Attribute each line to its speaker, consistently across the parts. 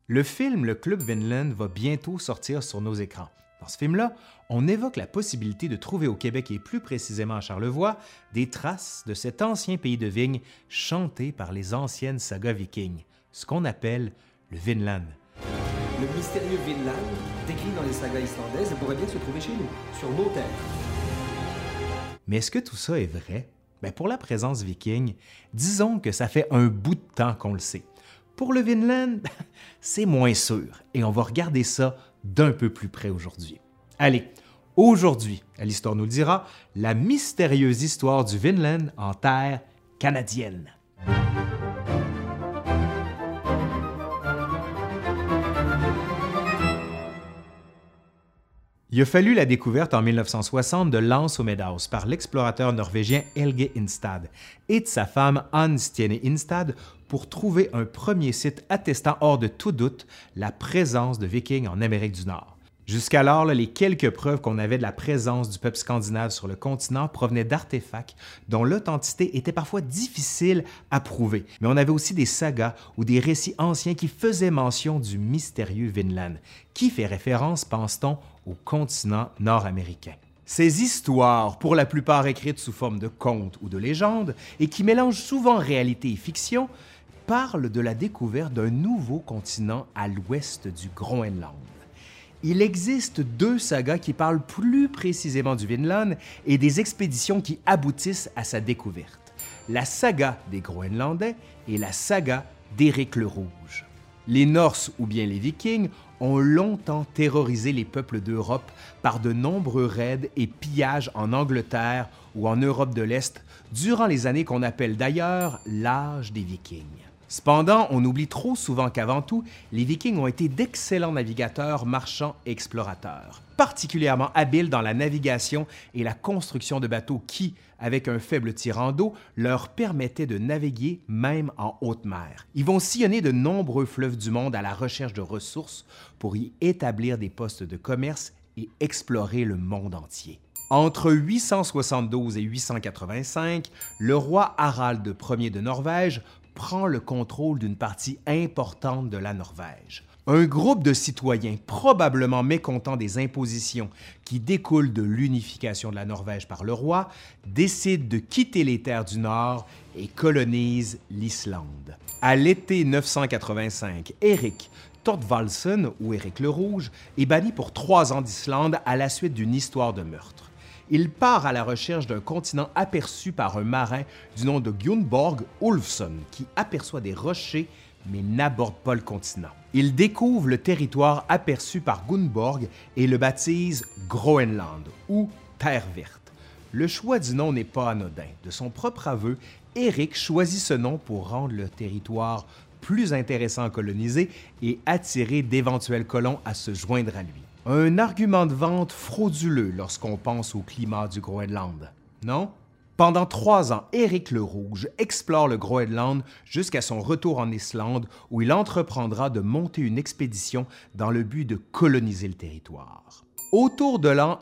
Speaker 1: Le film Le Club Vinland va bientôt sortir sur nos écrans. Dans ce film-là, on évoque la possibilité de trouver au Québec et plus précisément à Charlevoix des traces de cet ancien pays de vignes chanté par les anciennes sagas vikings, ce qu'on appelle le Vinland.
Speaker 2: Le mystérieux Vinland, décrit dans les sagas islandaises, pourrait bien se trouver chez nous, sur nos terres.
Speaker 1: Mais est-ce que tout ça est vrai? Bien, pour la présence viking, disons que ça fait un bout de temps qu'on le sait. Pour le Vinland, c'est moins sûr, et on va regarder ça d'un peu plus près aujourd'hui. Allez, aujourd'hui, à l'Histoire nous le dira, la mystérieuse histoire du Vinland en terre canadienne. Il a fallu la découverte en 1960 de l'Anse au Medhaus par l'explorateur norvégien Helge Ingstad et de sa femme Anne Stiene Ingstad pour trouver un premier site attestant hors de tout doute la présence de Vikings en Amérique du Nord. Jusqu'alors, les quelques preuves qu'on avait de la présence du peuple scandinave sur le continent provenaient d'artefacts dont l'authenticité était parfois difficile à prouver. Mais on avait aussi des sagas ou des récits anciens qui faisaient mention du mystérieux Vinland, qui fait référence, pense-t-on, au continent nord-américain. Ces histoires, pour la plupart écrites sous forme de contes ou de légendes, et qui mélangent souvent réalité et fiction, parlent de la découverte d'un nouveau continent à l'ouest du Groenland. Il existe deux sagas qui parlent plus précisément du Vinland et des expéditions qui aboutissent à sa découverte. La saga des Groenlandais et la saga d'Éric le Rouge. Les Norses ou bien les Vikings ont longtemps terrorisé les peuples d'Europe par de nombreux raids et pillages en Angleterre ou en Europe de l'Est durant les années qu'on appelle d'ailleurs l'âge des Vikings. Cependant, on oublie trop souvent qu'avant tout, les Vikings ont été d'excellents navigateurs, marchands et explorateurs, particulièrement habiles dans la navigation et la construction de bateaux qui, avec un faible tirant d'eau, leur permettaient de naviguer même en haute mer. Ils vont sillonner de nombreux fleuves du monde à la recherche de ressources pour y établir des postes de commerce et explorer le monde entier. Entre 872 et 885, le roi Harald Ier de Norvège prend le contrôle d'une partie importante de la Norvège. Un groupe de citoyens probablement mécontents des impositions qui découlent de l'unification de la Norvège par le roi décide de quitter les terres du Nord et colonise l'Islande. À l'été 985, Éric Thorvaldsen, ou Éric le Rouge, est banni pour 3 ans d'Islande à la suite d'une histoire de meurtre. Il part à la recherche d'un continent aperçu par un marin du nom de Gunnborg Ulfsson qui aperçoit des rochers mais n'aborde pas le continent. Il découvre le territoire aperçu par Gunnborg et le baptise Groenland ou Terre verte. Le choix du nom n'est pas anodin. De son propre aveu, Éric choisit ce nom pour rendre le territoire plus intéressant à coloniser et attirer d'éventuels colons à se joindre à lui. Un argument de vente frauduleux lorsqu'on pense au climat du Groenland, non? Pendant 3 ans, Éric le Rouge explore le Groenland jusqu'à son retour en Islande où il entreprendra de monter une expédition dans le but de coloniser le territoire. Autour de l'an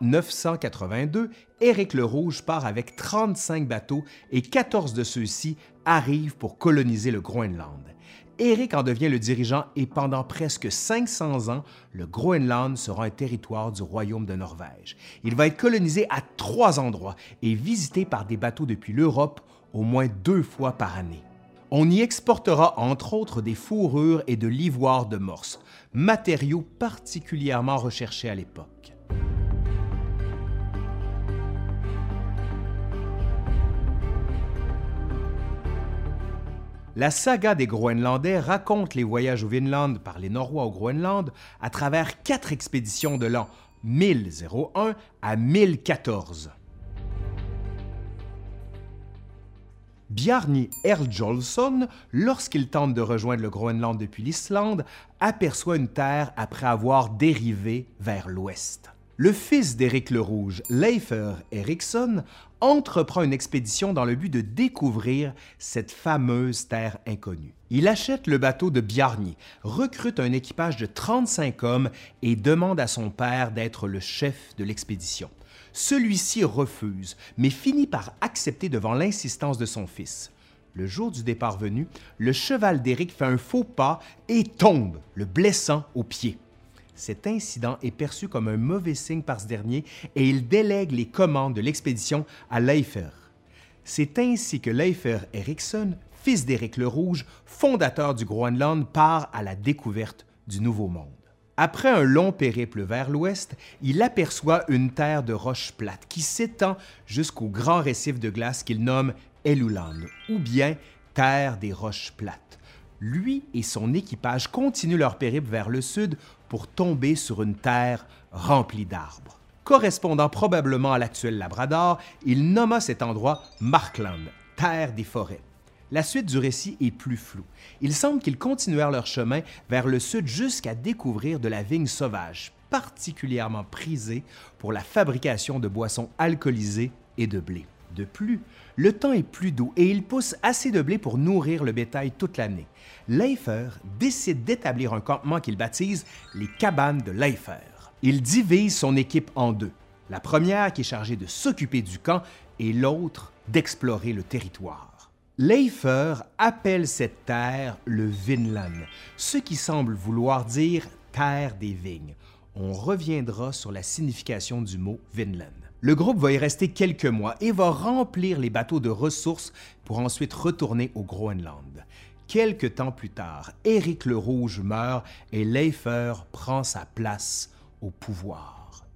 Speaker 1: 982, Éric le Rouge part avec 35 bateaux et 14 de ceux-ci arrivent pour coloniser le Groenland. Éric en devient le dirigeant et pendant presque 500 ans, le Groenland sera un territoire du Royaume de Norvège. Il va être colonisé à 3 endroits et visité par des bateaux depuis l'Europe au moins 2 fois par année. On y exportera entre autres des fourrures et de l'ivoire de morse, matériaux particulièrement recherchés à l'époque. La saga des Groenlandais raconte les voyages au Vinland par les Norrois au Groenland à travers 4 expéditions de l'an 1001 à 1014. Bjarni Erjolfsson, lorsqu'il tente de rejoindre le Groenland depuis l'Islande, aperçoit une terre après avoir dérivé vers l'ouest. Le fils d'Éric le Rouge, Leifr Eriksson, entreprend une expédition dans le but de découvrir cette fameuse terre inconnue. Il achète le bateau de Bjarni, recrute un équipage de 35 hommes et demande à son père d'être le chef de l'expédition. Celui-ci refuse, mais finit par accepter devant l'insistance de son fils. Le jour du départ venu, le cheval d'Éric fait un faux pas et tombe, le blessant au pied. Cet incident est perçu comme un mauvais signe par ce dernier et il délègue les commandes de l'expédition à Leifr. C'est ainsi que Leifr Eriksson, fils d'Éric le Rouge, fondateur du Groenland, part à la découverte du Nouveau Monde. Après un long périple vers l'ouest, il aperçoit une terre de roches plates qui s'étend jusqu'au grand récif de glace qu'il nomme Helluland, ou bien Terre des roches plates. Lui et son équipage continuent leur périple vers le sud pour tomber sur une terre remplie d'arbres. Correspondant probablement à l'actuel Labrador, il nomma cet endroit Markland, Terre des forêts. La suite du récit est plus floue. Il semble qu'ils continuèrent leur chemin vers le sud jusqu'à découvrir de la vigne sauvage, particulièrement prisée pour la fabrication de boissons alcoolisées et de blé. De plus, le temps est plus doux et il pousse assez de blé pour nourrir le bétail toute l'année. Leifr décide d'établir un campement qu'il baptise les cabanes de Leifr. Il divise son équipe en deux. La première qui est chargée de s'occuper du camp et l'autre d'explorer le territoire. Leifr appelle cette terre le Vinland, ce qui semble vouloir dire terre des vignes. On reviendra sur la signification du mot Vinland. Le groupe va y rester quelques mois et va remplir les bateaux de ressources pour ensuite retourner au Groenland. Quelque temps plus tard, Éric le Rouge meurt et Leifr prend sa place au pouvoir.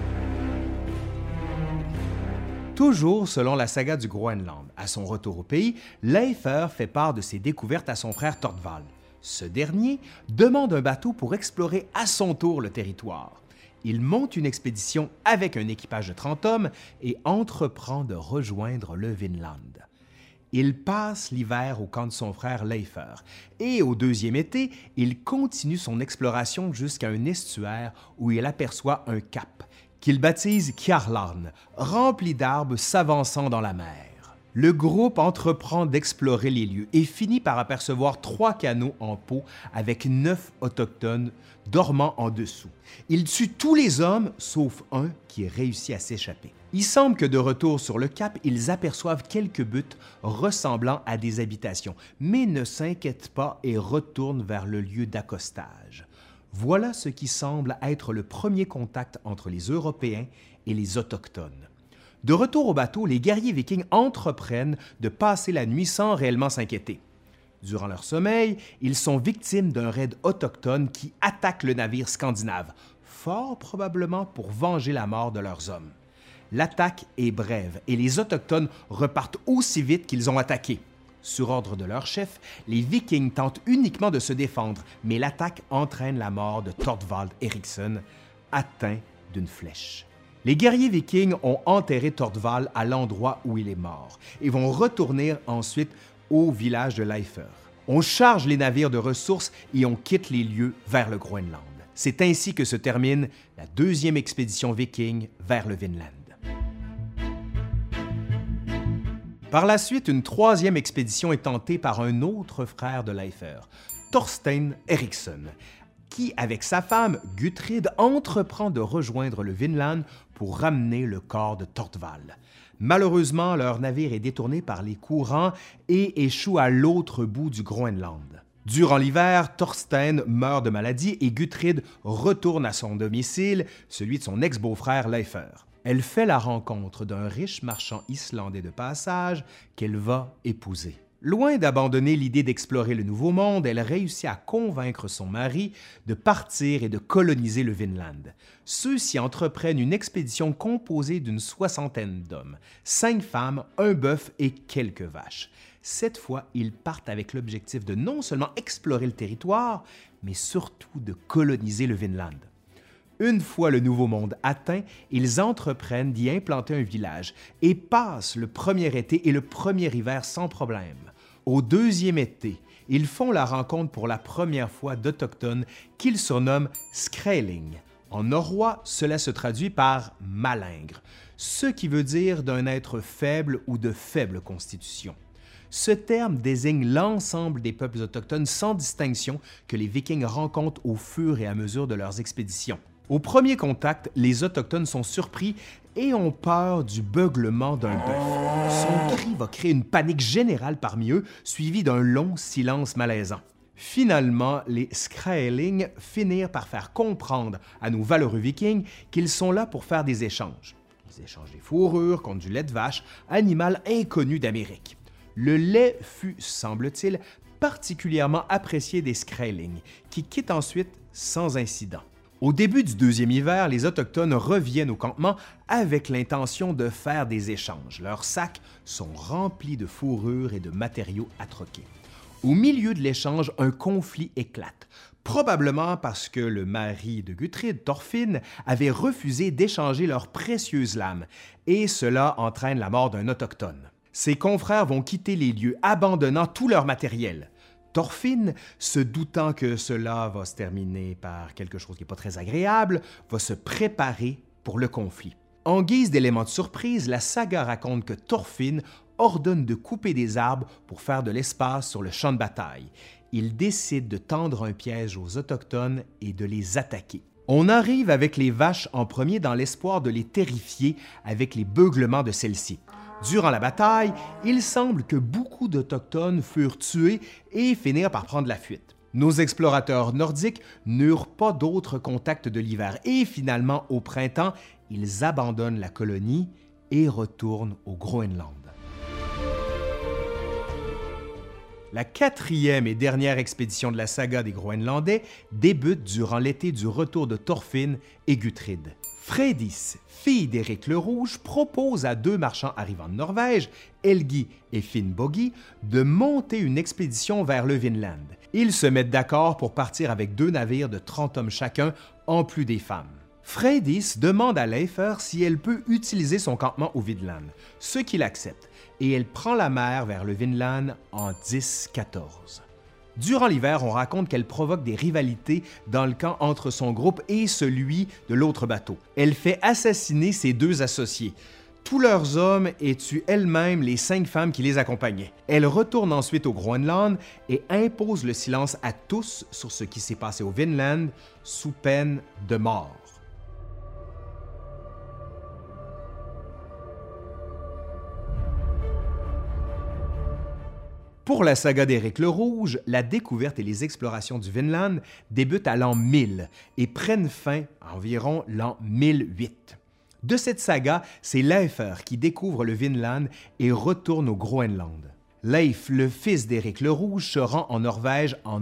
Speaker 1: Toujours selon la saga du Groenland, à son retour au pays, Leifr fait part de ses découvertes à son frère Thorvald. Ce dernier demande un bateau pour explorer à son tour le territoire. Il monte une expédition avec un équipage de 30 hommes et entreprend de rejoindre le Vinland. Il passe l'hiver au camp de son frère Leifr et au deuxième été, il continue son exploration jusqu'à un estuaire où il aperçoit un cap qu'il baptise Kjarlarn, rempli d'arbres s'avançant dans la mer. Le groupe entreprend d'explorer les lieux et finit par apercevoir 3 canots en peau avec 9 autochtones dormant en dessous. Il tue tous les hommes, sauf un qui réussit à s'échapper. Il semble que de retour sur le cap, ils aperçoivent quelques buttes ressemblant à des habitations, mais ne s'inquiètent pas et retournent vers le lieu d'accostage. Voilà ce qui semble être le premier contact entre les Européens et les Autochtones. De retour au bateau, les guerriers vikings entreprennent de passer la nuit sans réellement s'inquiéter. Durant leur sommeil, ils sont victimes d'un raid autochtone qui attaque le navire scandinave, fort probablement pour venger la mort de leurs hommes. L'attaque est brève et les Autochtones repartent aussi vite qu'ils ont attaqué. Sur ordre de leur chef, les Vikings tentent uniquement de se défendre, mais l'attaque entraîne la mort de Thorvald Eriksson, atteint d'une flèche. Les guerriers vikings ont enterré Thorvald à l'endroit où il est mort et vont retourner ensuite au village de Leifr. On charge les navires de ressources et on quitte les lieux vers le Groenland. C'est ainsi que se termine la deuxième expédition viking vers le Vinland. Par la suite, une troisième expédition est tentée par un autre frère de Leifr, Thorstein Eriksson, qui, avec sa femme Gutrid, entreprend de rejoindre le Vinland pour ramener le corps de Thorvald. Malheureusement, leur navire est détourné par les courants et échoue à l'autre bout du Groenland. Durant l'hiver, Thorstein meurt de maladie et Gutrid retourne à son domicile, celui de son ex-beau-frère Leifr. Elle fait la rencontre d'un riche marchand islandais de passage qu'elle va épouser. Loin d'abandonner l'idée d'explorer le Nouveau Monde, elle réussit à convaincre son mari de partir et de coloniser le Vinland. Ceux-ci entreprennent une expédition composée d'une 60aine d'hommes, 5 femmes, un bœuf et quelques vaches. Cette fois, ils partent avec l'objectif de non seulement explorer le territoire, mais surtout de coloniser le Vinland. Une fois le Nouveau Monde atteint, ils entreprennent d'y implanter un village et passent le premier été et le premier hiver sans problème. Au deuxième été, ils font la rencontre pour la première fois d'Autochtones qu'ils surnomment Skraeling. En norrois, cela se traduit par « malingre », ce qui veut dire d'un être faible ou de faible constitution. Ce terme désigne l'ensemble des peuples autochtones sans distinction que les Vikings rencontrent au fur et à mesure de leurs expéditions. Au premier contact, les Autochtones sont surpris et ont peur du beuglement d'un bœuf. Son cri va créer une panique générale parmi eux, suivie d'un long silence malaisant. Finalement, les Skraeling finirent par faire comprendre à nos valeureux Vikings qu'ils sont là pour faire des échanges. Ils échangent des fourrures contre du lait de vache, animal inconnu d'Amérique. Le lait fut, semble-t-il, particulièrement apprécié des Skraeling, qui quittent ensuite sans incident. Au début du deuxième hiver, les Autochtones reviennent au campement avec l'intention de faire des échanges. Leurs sacs sont remplis de fourrures et de matériaux à troquer. Au milieu de l'échange, un conflit éclate, probablement parce que le mari de Guthrid, Thorfinn, avait refusé d'échanger leurs précieuses lames, et cela entraîne la mort d'un Autochtone. Ses confrères vont quitter les lieux, abandonnant tout leur matériel. Thorfinn, se doutant que cela va se terminer par quelque chose qui n'est pas très agréable, va se préparer pour le conflit. En guise d'élément de surprise, la saga raconte que Thorfinn ordonne de couper des arbres pour faire de l'espace sur le champ de bataille. Il décide de tendre un piège aux Autochtones et de les attaquer. On arrive avec les vaches en premier dans l'espoir de les terrifier avec les beuglements de celles-ci. Durant la bataille, il semble que beaucoup d'Autochtones furent tués et finirent par prendre la fuite. Nos explorateurs nordiques n'eurent pas d'autres contacts de l'hiver et finalement, au printemps, ils abandonnent la colonie et retournent au Groenland. La quatrième et dernière expédition de la saga des Groenlandais débute durant l'été du retour de Thorfinn et Guthrid. Freydis, fille d'Éric le Rouge, propose à deux marchands arrivant de Norvège, Helgi et Finnbogi, de monter une expédition vers le Vinland. Ils se mettent d'accord pour partir avec 2 navires de 30 hommes chacun, en plus des femmes. Freydis demande à Leifr si elle peut utiliser son campement au Vinland, ce qu'il accepte, et elle prend la mer vers le Vinland en 1014. Durant l'hiver, on raconte qu'elle provoque des rivalités dans le camp entre son groupe et celui de l'autre bateau. Elle fait assassiner ses 2 associés, tous leurs hommes et tue elle-même les 5 femmes qui les accompagnaient. Elle retourne ensuite au Groenland et impose le silence à tous sur ce qui s'est passé au Vinland sous peine de mort. Pour la saga d'Éric le Rouge, la découverte et les explorations du Vinland débutent à l'an 1000 et prennent fin à environ l'an 1008. De cette saga, c'est Leifr qui découvre le Vinland et retourne au Groenland. Leif, le fils d'Éric le Rouge, se rend en Norvège en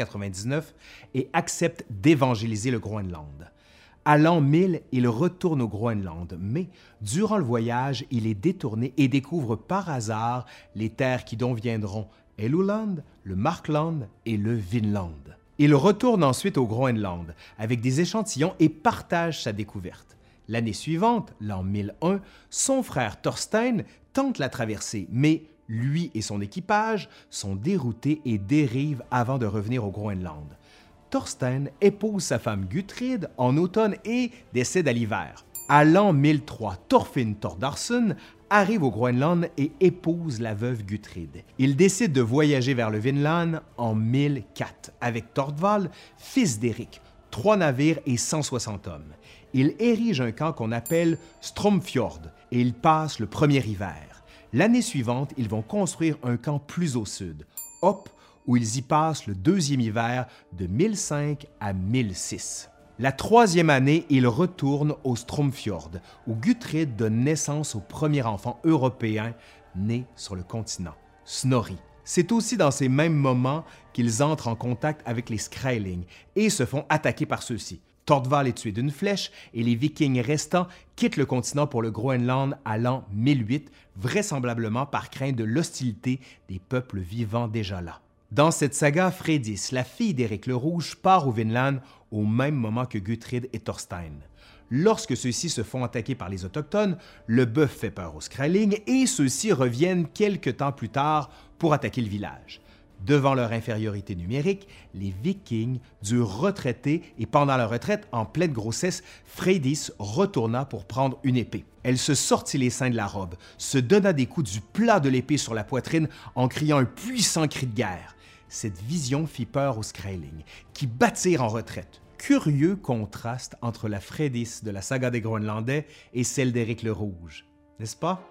Speaker 1: 999 et accepte d'évangéliser le Groenland. À l'an 1000, il retourne au Groenland, mais durant le voyage, il est détourné et découvre par hasard les terres qui dont viendront Helluland, le Markland et le Vinland. Il retourne ensuite au Groenland avec des échantillons et partage sa découverte. L'année suivante, l'an 1001, son frère Thorstein tente la traversée, mais lui et son équipage sont déroutés et dérivent avant de revenir au Groenland. Thorstein épouse sa femme Guthrid en automne et décède à l'hiver. À l'an 1003, Thorfinn Thordarson arrive au Groenland et épouse la veuve Guthrid. Il décide de voyager vers le Vinland en 1004 avec Thordval, fils d'Éric, 3 navires et 160 hommes. Il érige un camp qu'on appelle Stromfjord et il passe le premier hiver. L'année suivante, ils vont construire un camp plus au sud, Hop, où ils y passent le 2e hiver de 1005 à 1006. La 3e année, ils retournent au Stromfjord, où Guthrid donne naissance au premier enfant européen né sur le continent, Snorri. C'est aussi dans ces mêmes moments qu'ils entrent en contact avec les Skraeling et se font attaquer par ceux-ci. Thordval est tué d'une flèche et les Vikings restants quittent le continent pour le Groenland à l'an 1008, vraisemblablement par crainte de l'hostilité des peuples vivant déjà là. Dans cette saga, Freydis, la fille d'Éric le Rouge, part au Vinland au même moment que Guthrid et Thorstein. Lorsque ceux-ci se font attaquer par les Autochtones, le bœuf fait peur aux Skraeling et ceux-ci reviennent quelque temps plus tard pour attaquer le village. Devant leur infériorité numérique, les Vikings durent retraiter et pendant la retraite, en pleine grossesse, Freydis retourna pour prendre une épée. Elle se sortit les seins de la robe, se donna des coups du plat de l'épée sur la poitrine en criant un puissant cri de guerre. Cette vision fit peur aux Skraeling, qui battirent en retraite. Curieux contraste entre la Freydis de la saga des Groenlandais et celle d'Éric le Rouge, n'est-ce pas?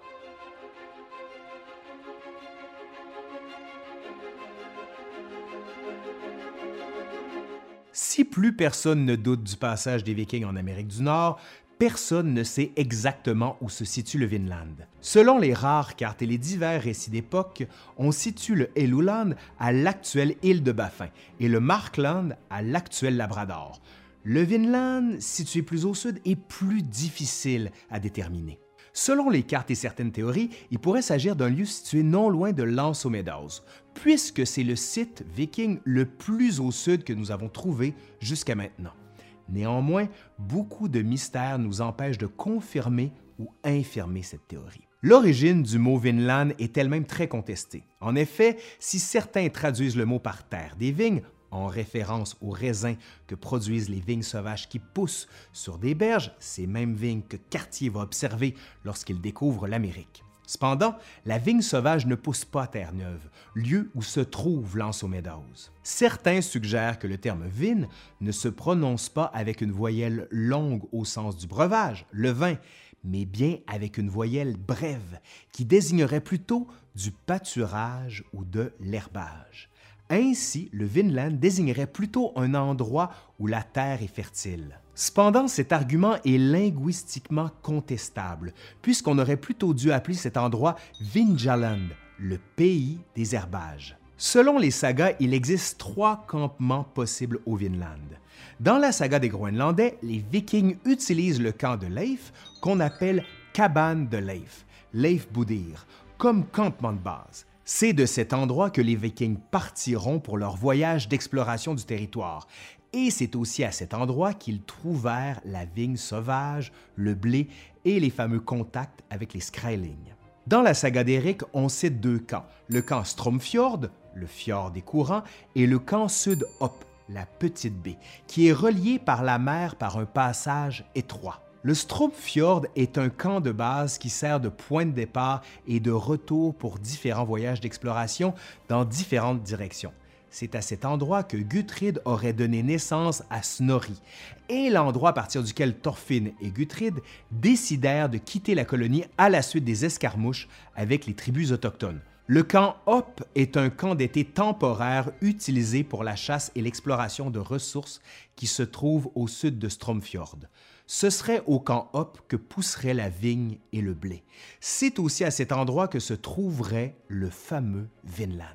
Speaker 1: Si plus personne ne doute du passage des Vikings en Amérique du Nord, personne ne sait exactement où se situe le Vinland. Selon les rares cartes et les divers récits d'époque, on situe le Helluland à l'actuelle île de Baffin et le Markland à l'actuel Labrador. Le Vinland, situé plus au sud, est plus difficile à déterminer. Selon les cartes et certaines théories, il pourrait s'agir d'un lieu situé non loin de L'Anse aux Meadows, puisque c'est le site viking le plus au sud que nous avons trouvé jusqu'à maintenant. Néanmoins, beaucoup de mystères nous empêchent de confirmer ou infirmer cette théorie. L'origine du mot Vinland est elle-même très contestée. En effet, si certains traduisent le mot par terre des vignes, en référence aux raisins que produisent les vignes sauvages qui poussent sur des berges, ces mêmes vignes que Cartier va observer lorsqu'il découvre l'Amérique. Cependant, la vigne sauvage ne pousse pas à Terre-Neuve, lieu où se trouve l'Anse aux Meadows. Certains suggèrent que le terme « vine » ne se prononce pas avec une voyelle longue au sens du breuvage, le vin, mais bien avec une voyelle brève, qui désignerait plutôt du pâturage ou de l'herbage. Ainsi, le Vinland désignerait plutôt un endroit où la terre est fertile. Cependant, cet argument est linguistiquement contestable, puisqu'on aurait plutôt dû appeler cet endroit Vindjaland, le pays des herbages. Selon les sagas, il existe 3 campements possibles au Vinland. Dans la saga des Groenlandais, les Vikings utilisent le camp de Leif, qu'on appelle cabane de Leif, Leifbudir, comme campement de base. C'est de cet endroit que les Vikings partiront pour leur voyage d'exploration du territoire. Et c'est aussi à cet endroit qu'ils trouvèrent la vigne sauvage, le blé et les fameux contacts avec les Skraeling. Dans la saga d'Éric, on cite 2 camps, le camp Stromfjord, le fjord des courants, et le camp Sud-Hop, la petite baie, qui est relié par la mer par un passage étroit. Le Stromfjord est un camp de base qui sert de point de départ et de retour pour différents voyages d'exploration dans différentes directions. C'est à cet endroit que Guthrid aurait donné naissance à Snorri, et l'endroit à partir duquel Thorfinn et Guthrid décidèrent de quitter la colonie à la suite des escarmouches avec les tribus autochtones. Le camp Hop est un camp d'été temporaire utilisé pour la chasse et l'exploration de ressources qui se trouvent au sud de Stromfjord. Ce serait au camp Hop que pousseraient la vigne et le blé. C'est aussi à cet endroit que se trouverait le fameux Vinland.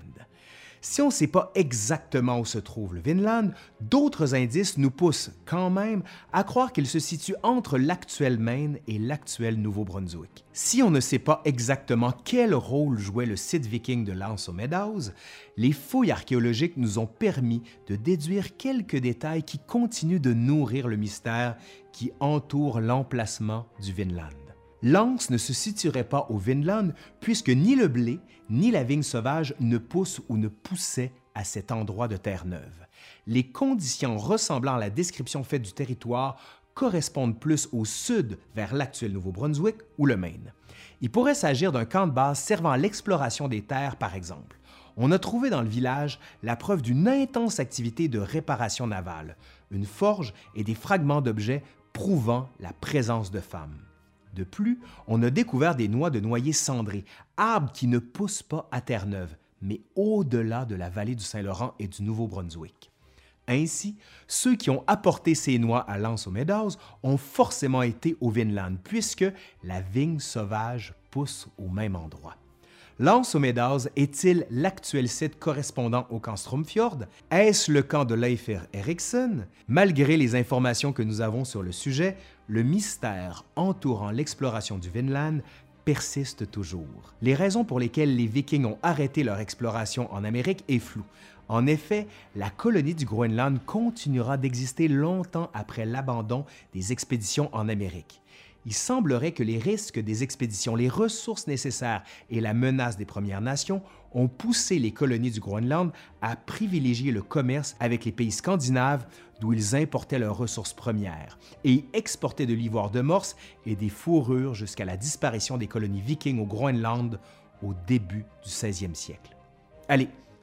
Speaker 1: Si on ne sait pas exactement où se trouve le Vinland, d'autres indices nous poussent quand même à croire qu'il se situe entre l'actuel Maine et l'actuel Nouveau-Brunswick. Si on ne sait pas exactement quel rôle jouait le site viking de l'Anse aux Meadows, les fouilles archéologiques nous ont permis de déduire quelques détails qui continuent de nourrir le mystère qui entoure l'emplacement du Vinland. L'Anse ne se situerait pas au Vinland puisque ni le blé ni la vigne sauvage ne poussent ou ne poussaient à cet endroit de Terre-Neuve. Les conditions ressemblant à la description faite du territoire correspondent plus au sud vers l'actuel Nouveau-Brunswick ou le Maine. Il pourrait s'agir d'un camp de base servant à l'exploration des terres, par exemple. On a trouvé dans le village la preuve d'une intense activité de réparation navale, une forge et des fragments d'objets prouvant la présence de femmes. De plus, on a découvert des noix de noyer cendré, arbres qui ne poussent pas à Terre-Neuve, mais au-delà de la vallée du Saint-Laurent et du Nouveau-Brunswick. Ainsi, ceux qui ont apporté ces noix à l'Anse aux Meadows ont forcément été au Vinland, puisque la vigne sauvage pousse au même endroit. L'Anse aux Meadows est-il l'actuel site correspondant au camp Stromfjord? Est-ce le camp de Leifr Eriksson? Malgré les informations que nous avons sur le sujet, le mystère entourant l'exploration du Vinland persiste toujours. Les raisons pour lesquelles les Vikings ont arrêté leur exploration en Amérique est floue. En effet, la colonie du Groenland continuera d'exister longtemps après l'abandon des expéditions en Amérique. Il semblerait que les risques des expéditions, les ressources nécessaires et la menace des Premières Nations ont poussé les colonies du Groenland à privilégier le commerce avec les pays scandinaves d'où ils importaient leurs ressources premières et y exportaient de l'ivoire de morse et des fourrures jusqu'à la disparition des colonies vikings au Groenland au début du 16e siècle. Allez,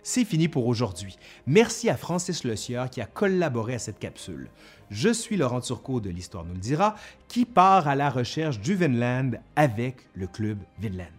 Speaker 1: c'est fini pour aujourd'hui. Merci à Francis Le Sieur qui a collaboré à cette capsule. Je suis Laurent Turcot de l'Histoire nous le dira, qui part à la recherche du Vinland avec le Club Vinland.